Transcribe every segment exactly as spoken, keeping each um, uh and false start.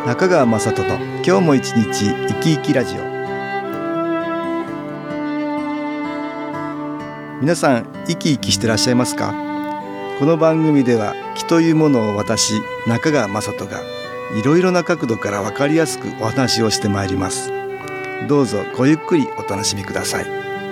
中川雅人の今日も一日生き生きラジオ。皆さん生き生きしてらっしゃいますか？この番組では気というものを私中川雅人がいろいろな角度から分かりやすくお話をしてまいります。どうぞごゆっくりお楽しみください。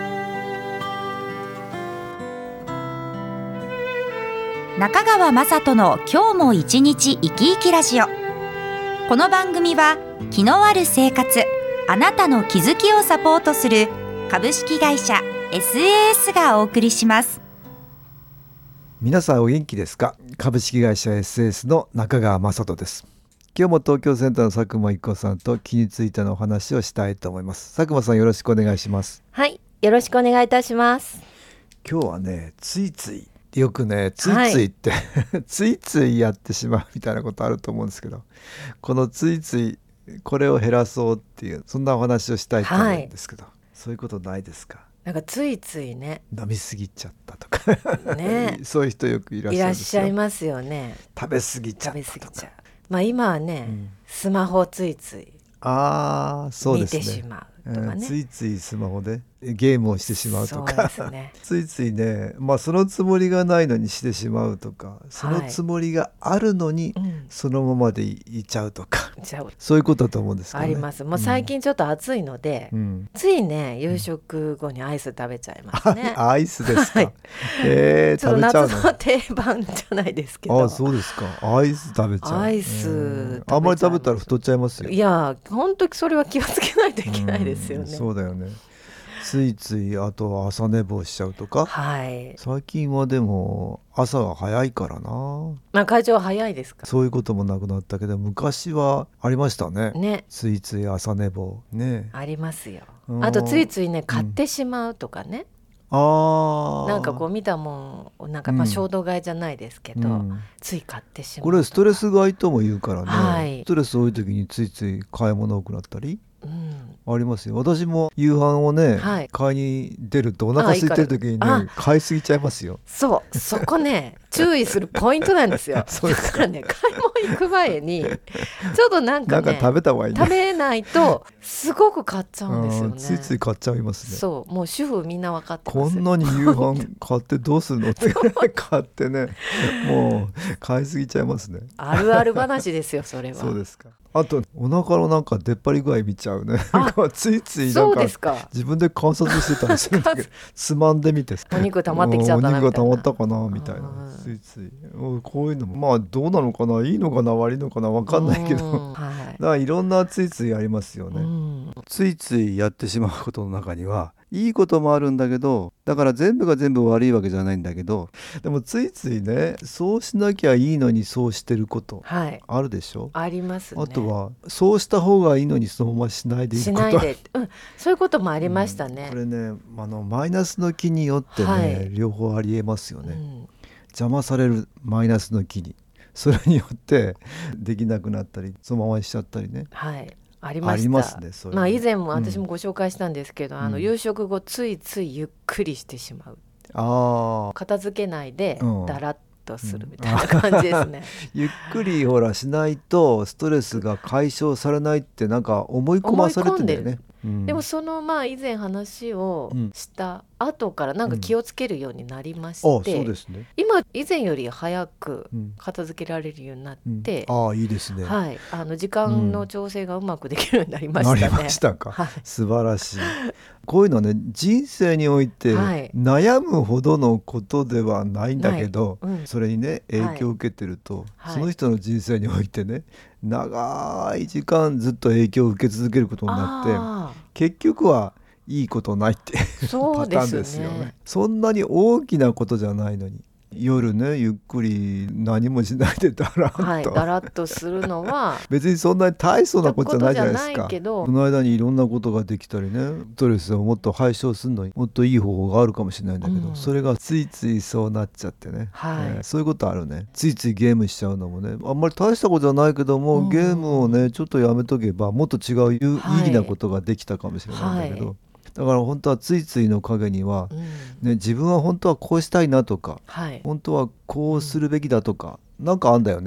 中川雅人の今日も一日生き生きラジオ。この番組は気のある生活、あなたの気づきをサポートする株式会社 エスエーエス がお送りします。 皆さんお元気ですか？株式会社 エスエーエス の中川雅人です。今日も東京センターの佐久間一子さんと気についてのお話をしたいと思います。佐久間さん、よろしくお願いします。 はい、よろしくお願いいたします。 今日はね、ついついよくねついついって、はい、ついついやってしまうみたいなことあると思うんですけど、このついついこれを減らそうっていう、そんなお話をしたいと思うんですけど、はい、そういうことないですか？ なんかついついね、 飲みすぎちゃったとかねそういう人よくいらっしゃるんですよ。 いらっしゃいますよね。 食べ過ぎちゃったとか。 食べ過ぎちゃう。まあ今はね、うん、スマホついついあそうですね、 見てしまうとかね、 うん、ついついスマホでゲームをしてしまうとか、 そうですねついついね、まあ、そのつもりがないのにしてしまうとか、そのつもりがあるのにそのままでいっちゃうとか、うん、そういうことだと思うんですけどね。 あります。もう最近ちょっと暑いので、うん、ついね夕食後にアイス食べちゃいますね、 うん、アイスですか、はい、 えー、ちょっと夏の定番じゃないですけど。 あ、そうですか。アイス食べちゃう。 アイス、えー、 あんまり食べたら太っちゃいますよ。 いや本当にそれは気をつけないといけないですよね、 うん、そうだよね。ついついあと朝寝坊しちゃうとか、 はい、 最近はでも朝が早いからな。 まあ会長は早いですか？ そういうこともなくなったけど、昔はありました ね, ねついつい朝寝坊ね。 ありますよ。あとついついね買ってしまうとかね、うん、あなんかこう見たもんなんかまあ衝動買いじゃないですけど、うん、つい買ってしまう。 これストレス買いとも言うからね、 はい、 ストレス多い時についつい買い物多くなったり、うん、ありますよ。私も夕飯をね、はい、買いに出るとお腹空いてる時にね買いすぎちゃいますよ。 そうそこね注意するポイントなんですよ。そうですか。だからね買い物行く前にちょっとなんかねなんか食べた方がいいね。 食べないとすごく買っちゃうんですよね。 ついつい買っちゃいますね。 そうもう主婦みんな分かってますよ。 こんなに夕飯買ってどうするのって買ってねもう買いすぎちゃいますね。 あるある話ですよそれは。 そうですか。あとお腹のなんか出っ張り具合見ちゃうねついついなんか自分で観察してたりするんだけどつまんでみてお肉溜まってきちゃったなみたいな、 お肉が溜まったかなみたいな、ついついこういうのもまあどうなのかな、いいのかな悪いのかな分かんないけど、はい、だからいろんなついついありますよね。ついついやってしまうことの中にはいいこともあるんだけど、だから全部が全部悪いわけじゃないんだけど、でもついついねそうしなきゃいいのにそうしてることあるでしょ、 はい、ありますね。 あとはそうした方がいいのにそのまましないでいいこと、しないで、 うん、そういうこともありましたね、 うん、これねあのマイナスの気によってね、はい、両方ありえますよね、うん、邪魔されるマイナスの気に、それによってできなくなったりそのままにしちゃったりね、はいありました。ありますね、それね。まあ、以前も私もご紹介したんですけど、うん、あの夕食後ついついゆっくりしてしまう、あ片付けないでだらっとするみたいな感じですね、 うん、ゆっくりほらしないとストレスが解消されないってなんか思い込まされてるんだよね。うん、 でもそのまあ以前話をした後からなんか気をつけるようになりまして、うんあそうですね、今以前より早く片付けられるようになって、 うんうん、あいいですね、 はい、あの時間の調整がうまくできるようになりましたね、 うん、なりましたか、はい、素晴らしい。こういうのね人生において悩むほどのことではないんだけど、はいうん、それにね影響を受けてると、はい、その人の人生においてね長い時間ずっと影響を受け続けることになって結局はいいことないってパターンですよね。そんなに大きなことじゃないのに夜ねゆっくり何もしないでだらっと、 はい、だらっとするのは別にそんなに大層なことじゃないじゃないですか。その間にいろんなことができたりね、ストレスをもっと解消するのにもっといい方法があるかもしれないんだけど、うん、それがついついそうなっちゃってね、はいえー、そういうことあるね。ついついゲームしちゃうのもねあんまり大したことじゃないけども、うん、ゲームをねちょっとやめとけばもっと違う有意義なことができたかもしれないんだけど、はいはいだから本当はついついの陰には、うんね、自分は本当はこうしたいなとか、はい、本当はこうするべきだとか、うん、なんかあんだよね。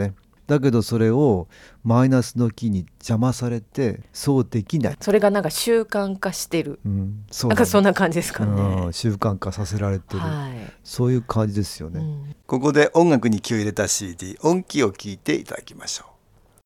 だけどそれをマイナスの気に邪魔されてそうできない。 それがなんか習慣化してる、うん、そうなんかそんな感じですかね、 うん、習慣化させられてる、はい、そういう感じですよね、うん、 ここで音楽に気を入れた シーディー 音気を聞いていただきましょう。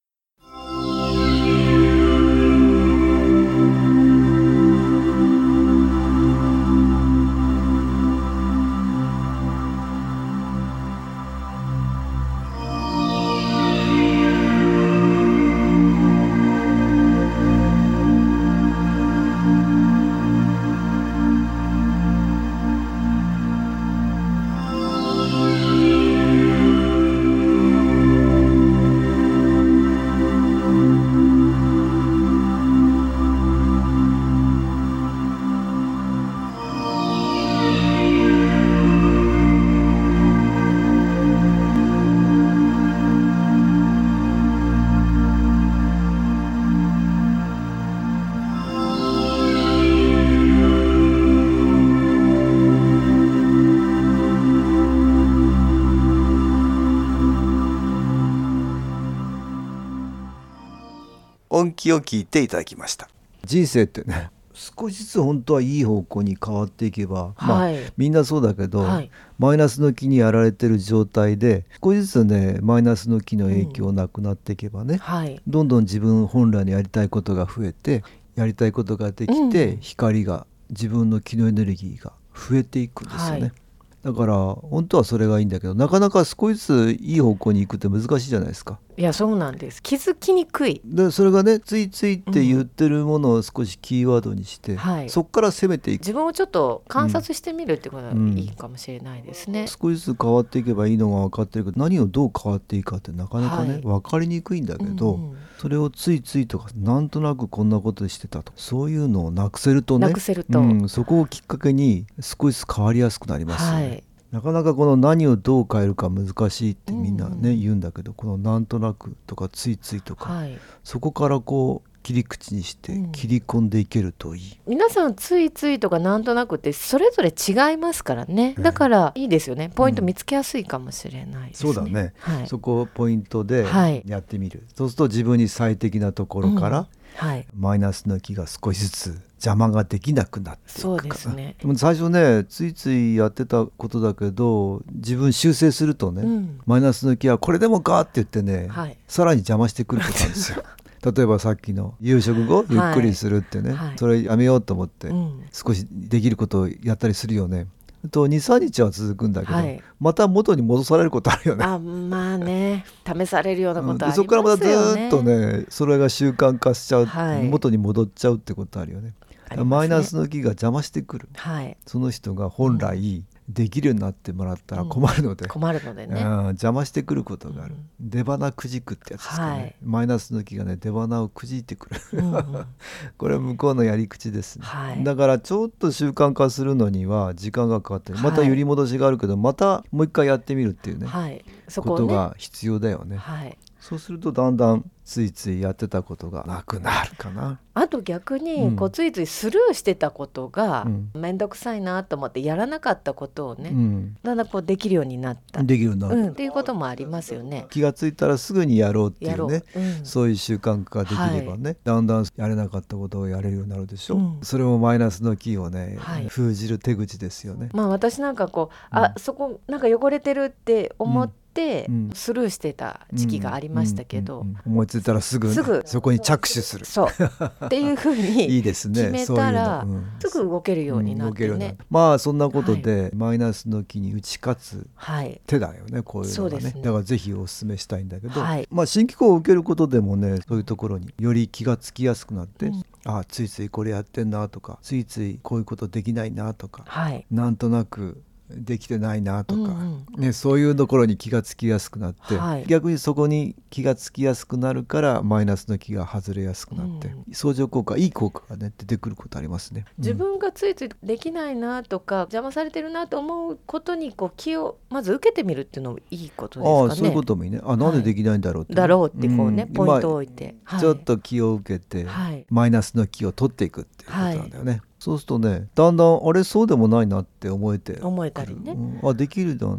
音気を聞いていただきました。 人生ってね、少しずつ本当はいい方向に変わっていけば、まあ、はい、みんなそうだけど、はい、マイナスの気にやられてる状態で少しずつねマイナスの気の影響なくなっていけばね、うんはい、どんどん自分本来のやりたいことが増えてやりたいことができて、うん、光が自分の気のエネルギーが増えていくんですよね、はい、だから本当はそれがいいんだけどなかなか少しずついい方向に行くって難しいじゃないですか。 いやそうなんです。気づきにくいでそれがねついついって言ってるものを少しキーワードにして、うんはい、そこから攻めていく。 自分をちょっと観察してみるってことがいいかもしれないですね、うんうん、 少しずつ変わっていけばいいのが分かってるけど何をどう変わっていいかってなかなかね、はい、分かりにくいんだけど、うんうん、それをついついとかなんとなくこんなことしてたとそういうのをなくせるとねなくせると、 うん、そこをきっかけに少しずつ変わりやすくなりますよね、はいなかなかこの何をどう変えるか難しいってみんなね、うんうん、言うんだけどこのなんとなくとかついついとか、はい、そこからこう切り口にして切り込んでいけるといい、 うん、皆さんついついとかなんとなくってそれぞれ違いますからね、だからいいですよね。ポイント見つけやすいかもしれないですね、 うん、そうだね、はい、そこをポイントでやってみる、はい、そうすると自分に最適なところから、うんはい、マイナスの気が少しずつ邪魔ができなくなっていくかな。そうですね。でも最初ねついついやってたことだけど自分修正するとね、うん、マイナスの気はこれでもかって言ってね、はい、さらに邪魔してくることなんですよ例えばさっきの夕食後ゆっくりするってね、はい、それやめようと思って、うん、少しできることをやったりするよね。と にさんにちは続くんだけど、はい、また元に戻されることあるよね。 あまあね試されるようなことありますよね、 うん、そこからまたずっとねそれが習慣化しちゃう、はい、元に戻っちゃうってことあるよね。ねマイナスの気が邪魔してくる、はい、その人が本来できるようになってもらったら困るので、うん、 困るのでね、 うん、邪魔してくることがある、うん、出花くじくってやつですかね、はい、マイナスの気がね出花をくじいてくるうんこれは向こうのやり口ですね、はい、だからちょっと習慣化するのには時間がかかってまた揺り戻しがあるけど、はい、またもう一回やってみるっていうね、はい、そこをねことが必要だよね、はい、そうするとだんだんついついやってたことがなくなるかな。 あと逆にこうついついスルーしてたことがめんどくさいなと思ってやらなかったことをね、うん、だんだんこうできるようになったできるようになった、うん、 っていうこともありますよね。 気がついたらすぐにやろうっていうね、うん、そういう習慣化ができればね、はい、だんだんやれなかったことをやれるようになるでしょ、うん、それもマイナスの気をね、はい、封じる手口ですよね。 まあ私なんかこう、うん、あそこなんか汚れてるって思って、うん、スルーしてた時期がありましたけど、うんうんうん、 思いついたらすぐ、ね、 すぐそこに着手するそうっていう風にいいですね、 決めたらう、うん、すぐ動けるようになってね、 うん、まあそんなことで、はい、マイナスの気に打ち勝つ手だよね、はい、こういうのが ね, ねだからぜひお勧めしたいんだけど、はい、まあ新機構を受けることでもねそういうところにより気がつきやすくなって、うん、あついついこれやってんなとかついついこういうことできないなとか、はい、なんとなくできてないなとか、うんうんね、そういうところに気がつきやすくなって、はい、逆にそこに気がつきやすくなるからマイナスの気が外れやすくなって、うん、相乗効果いい効果が、ね、出てくることありますね。 自分がついついできないなとか邪魔されてるなと思うことにこう気をまず受けてみるっていうのもいいことですかね。 あそういうこともいいね。あなんでできないんだろうって、 はい、だろうってこうね、うん、ポイントを置いて、 まあはい、ちょっと気を受けて、はい、マイナスの気を取っていくっていうことなんだよね、はい、そうするとねだんだんあれそうでもないなって思えて思えたりね、 うん、あできるなんてね、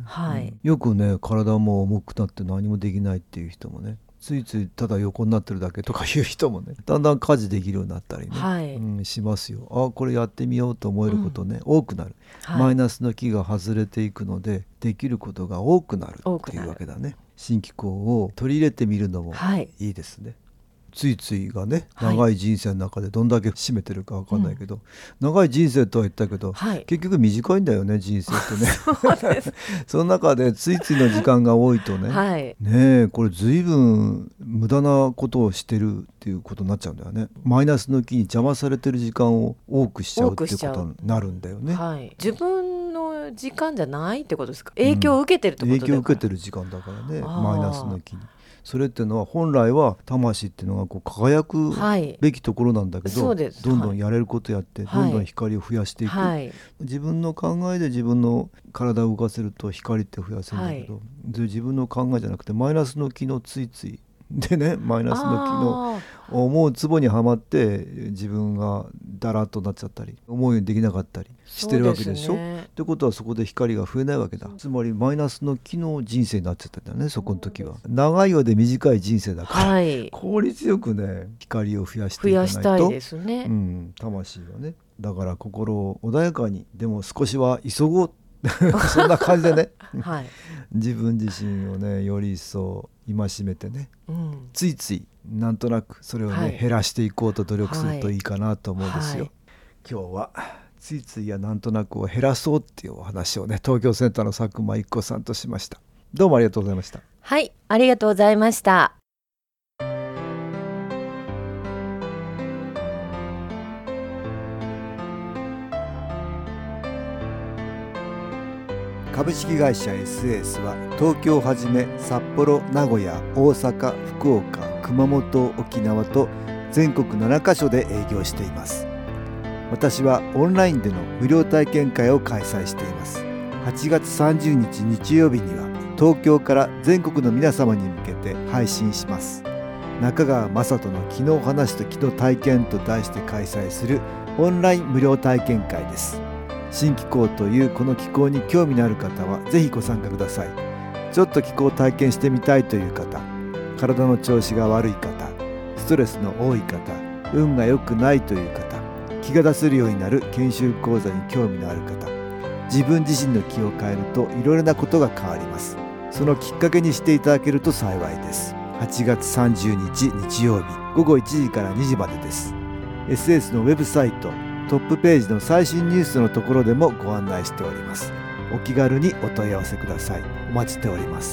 はい、 うん、よくね体も重くなって何もできないっていう人もね、ついついただ横になってるだけとかいう人もね、だんだん家事できるようになったりね、はい、うん、しますよ。あ、これやってみようと思えることね、うん、多くなる、はい、マイナスの気が外れていくのでできることが多くなるっていうわけだね。新機構を取り入れてみるのもいいですね、はい。ついついがね、長い人生の中でどんだけ占めてるか分かんないけど、うん、長い人生とは言ったけど、はい、結局短いんだよね人生ってねそうですその中でついついの時間が多いとね、はい、ねえこれ随分無駄なことをしてるっていうことになっちゃうんだよね。マイナスの気に邪魔されてる時間を多くしちゃうっていうことになるんだよね、 はい、自分の時間じゃないってことですか。影響を受けてるってことだから、 うん、影響を受けてる時間だからね、マイナスの気に。それっていうのは本来は魂っていうのがこう輝くべきところなんだけど、はい、どんどんやれることやって、はい、どんどん光を増やしていく、はい、自分の考えで自分の体を動かせると光って増やせるんだけど、はい、自分の考えじゃなくてマイナスの気のついついでね、マイナスの気の思うツボにはまって自分がだらっとなっちゃったり思うようにできなかったりしてるわけでしょ。ってことはそこで光が増えないわけだ。つまりマイナスの気の人生になっちゃったんだよね、そこの時は。長いようで短い人生だから、はい、効率よくね光を増やしていかないと、 増やしたいですね、 うん、魂はね。だから心を穏やかに、でも少しは急ごうそんな感じでね、はい、自分自身をねより一層戒めてね、うん、ついついなんとなくそれをね、はい、減らしていこうと努力するといいかなと思うんですよ、はい、今日はついついやなんとなくを減らそうっていうお話をね、東京センターの佐久間一子さんとしました。どうもありがとうございました。 はい、ありがとうございました。 株式会社 エスエーエス は東京をはじめ札幌、名古屋、大阪、福岡、熊本、沖縄と全国ななカ所で営業しています。私はオンラインでの無料体験会を開催しています。はちがつさんじゅうにち日曜日には東京から全国の皆様に向けて配信します。中川雅人の気の話と気の体験と題して開催するオンライン無料体験会です。新気候というこの気候に興味のある方はぜひご参加ください。ちょっと気候を体験してみたいという方、体の調子が悪い方、ストレスの多い方、運が良くないという方、気が出せるようになる研修講座に興味のある方、自分自身の気を変えるといろいろなことが変わります。そのきっかけにしていただけると幸いです。はちがつさんじゅうにち日曜日ごごいちじからにじまでです。 エスエーエス のウェブサイトトップページの最新ニュースのところでもご案内しております。お気軽にお問い合わせください。お待ちしております。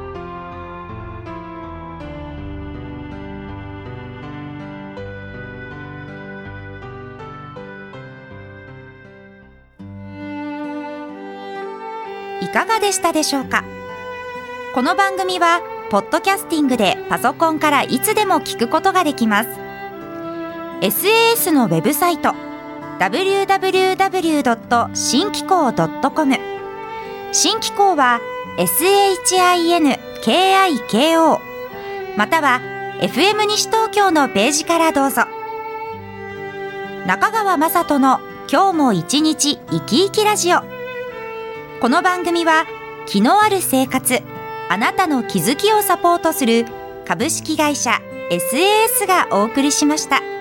いかがでしたでしょうか。この番組はポッドキャスティングでパソコンからいつでも聞くことができます。 エスエーエス のウェブサイトダブリューダブリューダブリュードットシンキコードットコム、 新気候は エスエイチアイエヌケーアイケーオー または エフエム 西東京のページからどうぞ。中川雅人の今日も一日生き生きラジオ。この番組は気のある生活、あなたの気づきをサポートする株式会社 エスエーエス がお送りしました。